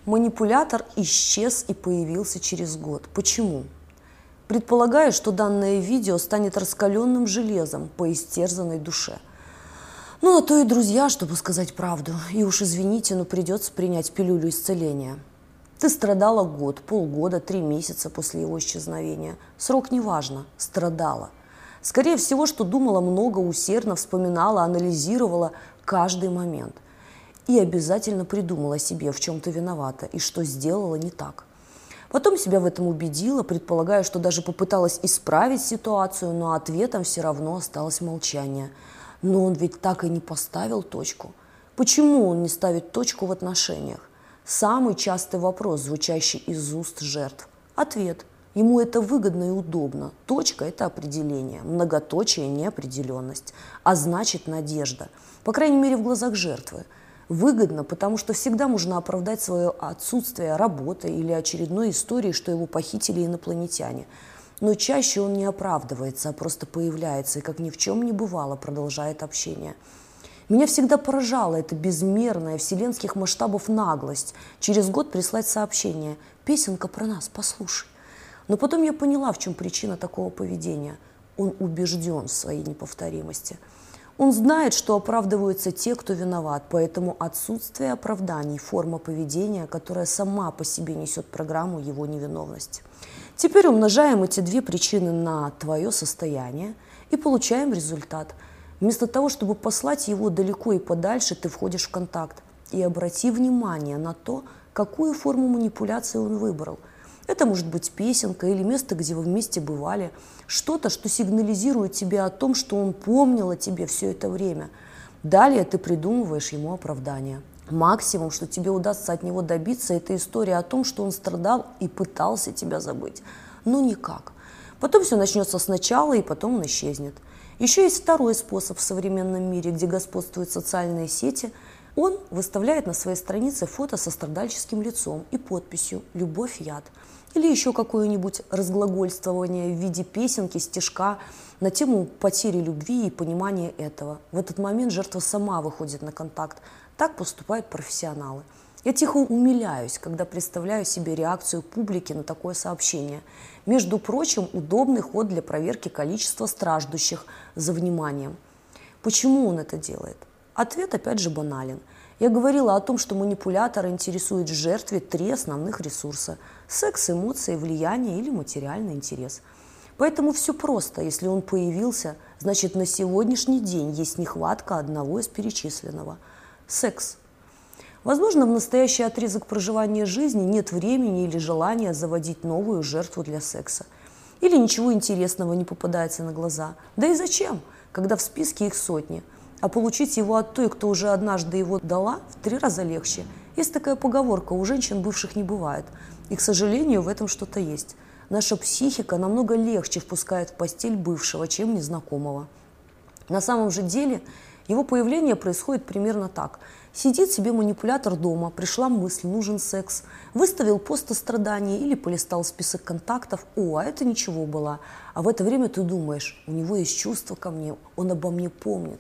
Манипулятор исчез и появился через год. Почему? Предполагаю, что данное видео станет раскаленным железом по истерзанной душе. Ну, а то и друзья, чтобы сказать правду. И уж извините, но придется принять пилюлю исцеления. Ты страдала год, полгода, 3 месяца после его исчезновения. Срок не важно, страдала. Скорее всего, что думала много, усердно вспоминала, анализировала каждый момент. И обязательно придумала себе, в чем ты виновата и что сделала не так. Потом себя в этом убедила, предполагая, что даже попыталась исправить ситуацию, но ответом все равно осталось молчание. Но он ведь так и не поставил точку. Почему он не ставит точку в отношениях? Самый частый вопрос, звучащий из уст жертв. Ответ. Ему это выгодно и удобно. Точка – это определение, многоточие – неопределенность, а значит надежда. По крайней мере, в глазах жертвы. Выгодно, потому что всегда можно оправдать свое отсутствие работы или очередной истории, что его похитили инопланетяне. Но чаще он не оправдывается, а просто появляется и, как ни в чем не бывало, продолжает общение. Меня всегда поражала эта безмерная вселенских масштабов наглость. Через год прислать сообщение: «Песенка про нас, послушай». Но потом я поняла, в чем причина такого поведения. Он убежден в своей неповторимости. Он знает, что оправдываются те, кто виноват, поэтому отсутствие оправданий – форма поведения, которая сама по себе несет программу его невиновности. Теперь умножаем эти две причины на твое состояние и получаем результат. Вместо того, чтобы послать его далеко и подальше, ты входишь в контакт. И обрати внимание на то, какую форму манипуляции он выбрал. Это может быть песенка или место, где вы вместе бывали. Что-то, что сигнализирует тебе о том, что он помнил о тебе все это время. Далее ты придумываешь ему оправдание. Максимум, что тебе удастся от него добиться, это история о том, что он страдал и пытался тебя забыть. Но никак. Потом все начнется сначала, и потом он исчезнет. Еще есть второй способ в современном мире, где господствуют социальные сети. Он выставляет на своей странице фото со страдальческим лицом и подписью «Любовь, яд». Или еще какое-нибудь разглагольствование в виде песенки, стишка на тему потери любви и понимания этого. В этот момент жертва сама выходит на контакт. Так поступают профессионалы. Я тихо умиляюсь, когда представляю себе реакцию публики на такое сообщение. Между прочим, удобный ход для проверки количества страждущих за вниманием. Почему он это делает? Ответ опять же банален. Я говорила о том, что манипулятора интересует в жертве 3 основных ресурса – секс, эмоции, влияние или материальный интерес. Поэтому все просто. Если он появился, значит на сегодняшний день есть нехватка одного из перечисленного – секс. Возможно, в настоящий отрезок проживания жизни нет времени или желания заводить новую жертву для секса. Или ничего интересного не попадается на глаза. Да и зачем, когда в списке их сотни? А получить его от той, кто уже однажды его дала, в 3 раза легче. Есть такая поговорка: у женщин бывших не бывает. И, к сожалению, в этом что-то есть. Наша психика намного легче впускает в постель бывшего, чем незнакомого. На самом же деле его появление происходит примерно так. Сидит себе манипулятор дома, пришла мысль, нужен секс, выставил пост о страдании или полистал список контактов. О, а это ничего было. А в это время ты думаешь: у него есть чувство ко мне, он обо мне помнит.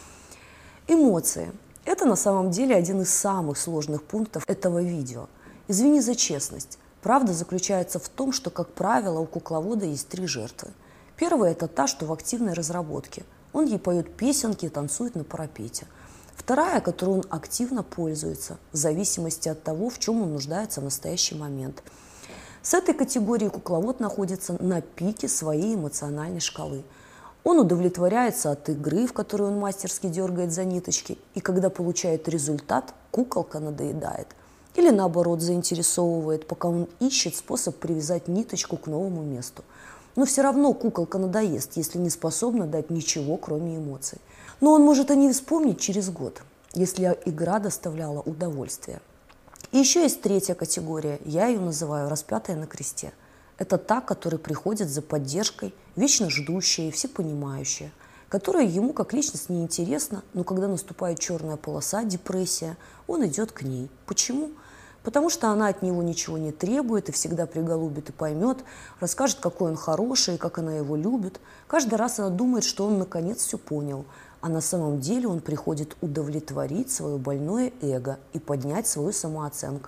Эмоции. Это на самом деле один из самых сложных пунктов этого видео. Извини за честность. Правда заключается в том, что, как правило, у кукловода есть 3 жертвы. Первая – это та, что в активной разработке. Он ей поет песенки и танцует на парапете. Вторая, которой он активно пользуется, в зависимости от того, в чем он нуждается в настоящий момент. С этой категорией кукловод находится на пике своей эмоциональной шкалы. Он удовлетворяется от игры, в которой он мастерски дергает за ниточки, и когда получает результат, куколка надоедает. Или наоборот заинтересовывает, пока он ищет способ привязать ниточку к новому месту. Но все равно куколка надоест, если не способна дать ничего, кроме эмоций. Но он может о ней вспомнить через год, если игра доставляла удовольствие. И еще есть 3-я категория, я ее называю распятая на кресте. Это та, которая приходит за поддержкой, вечно ждущая и всепонимающая, которая ему как личность неинтересна, но когда наступает черная полоса, депрессия, он идет к ней. Почему? Потому что она от него ничего не требует и всегда приголубит и поймет, расскажет, какой он хороший и как она его любит. Каждый раз она думает, что он наконец все понял, а на самом деле он приходит удовлетворить свое больное эго и поднять свою самооценку.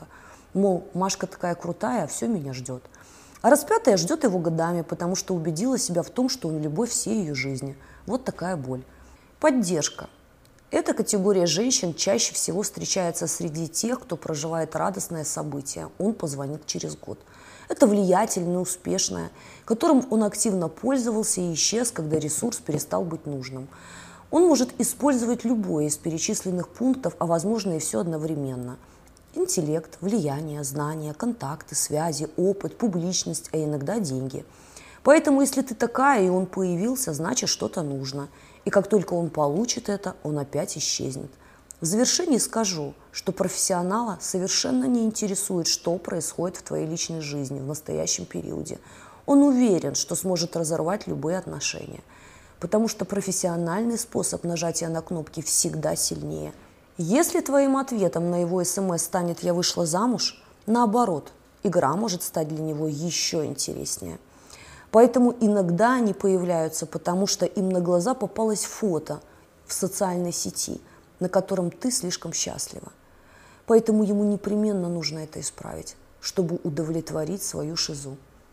Мол, Машка такая крутая, а все меня ждет. А распятая ждет его годами, потому что убедила себя в том, что он любовь всей ее жизни. Вот такая боль. Поддержка. Эта категория женщин чаще всего встречается среди тех, кто проживает радостное событие. Он позвонит через год. Это влиятельная, успешная, которым он активно пользовался и исчез, когда ресурс перестал быть нужным. Он может использовать любое из перечисленных пунктов, а возможно и все одновременно. Интеллект, влияние, знания, контакты, связи, опыт, публичность, а иногда деньги. Поэтому, если ты такая, и он появился, значит, что-то нужно. И как только он получит это, он опять исчезнет. В завершении скажу, что профессионала совершенно не интересует, что происходит в твоей личной жизни в настоящем периоде. Он уверен, что сможет разорвать любые отношения. Потому что профессиональный способ нажатия на кнопки всегда сильнее. Если твоим ответом на его СМС станет «я вышла замуж», наоборот, игра может стать для него еще интереснее. Поэтому иногда они появляются, потому что им на глаза попалось фото в социальной сети, на котором ты слишком счастлива. Поэтому ему непременно нужно это исправить, чтобы удовлетворить свою шизу.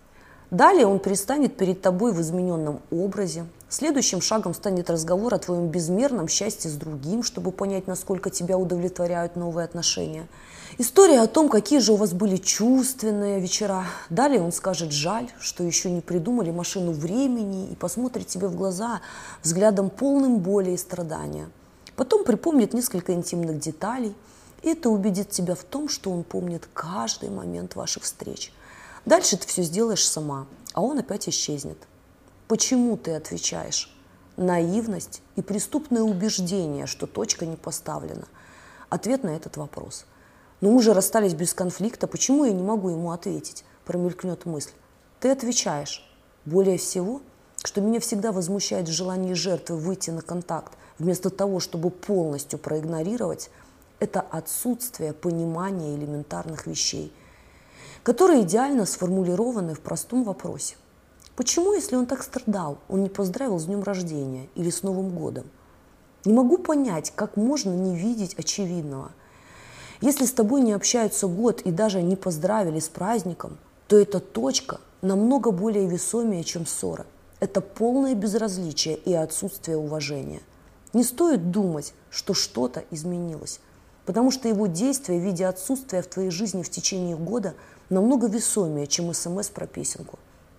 Далее он предстанет перед тобой в измененном образе. Следующим шагом станет разговор о твоем безмерном счастье с другим, чтобы понять, насколько тебя удовлетворяют новые отношения. История о том, какие же у вас были чувственные вечера. Далее он скажет «жаль, что еще не придумали машину времени» и посмотрит тебе в глаза взглядом полным боли и страдания. Потом припомнит несколько интимных деталей, и это убедит тебя в том, что он помнит каждый момент ваших встреч. Дальше ты все сделаешь сама, а он опять исчезнет. Почему ты отвечаешь? Наивность и преступное убеждение, что точка не поставлена. Ответ на этот вопрос. Но мы же расстались без конфликта, почему я не могу ему ответить? Промелькнет мысль. Ты отвечаешь. Более всего, что меня всегда возмущает желание жертвы выйти на контакт, вместо того, чтобы полностью проигнорировать, это отсутствие понимания элементарных вещей, которые идеально сформулированы в простом вопросе. Почему, если он так страдал, он не поздравил с днем рождения или с Новым годом? Не могу понять, как можно не видеть очевидного. Если с тобой не общаются год и даже не поздравили с праздником, то эта точка намного более весомее, чем ссора. Это полное безразличие и отсутствие уважения. Не стоит думать, что что-то изменилось, потому что его действия в виде отсутствия в твоей жизни в течение года намного весомее, чем СМС про песенку.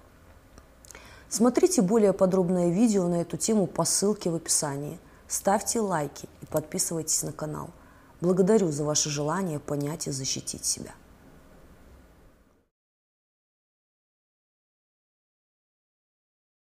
Смотрите более подробное видео на эту тему по ссылке в описании. Ставьте лайки и подписывайтесь на канал. Благодарю за ваше желание понять и защитить себя.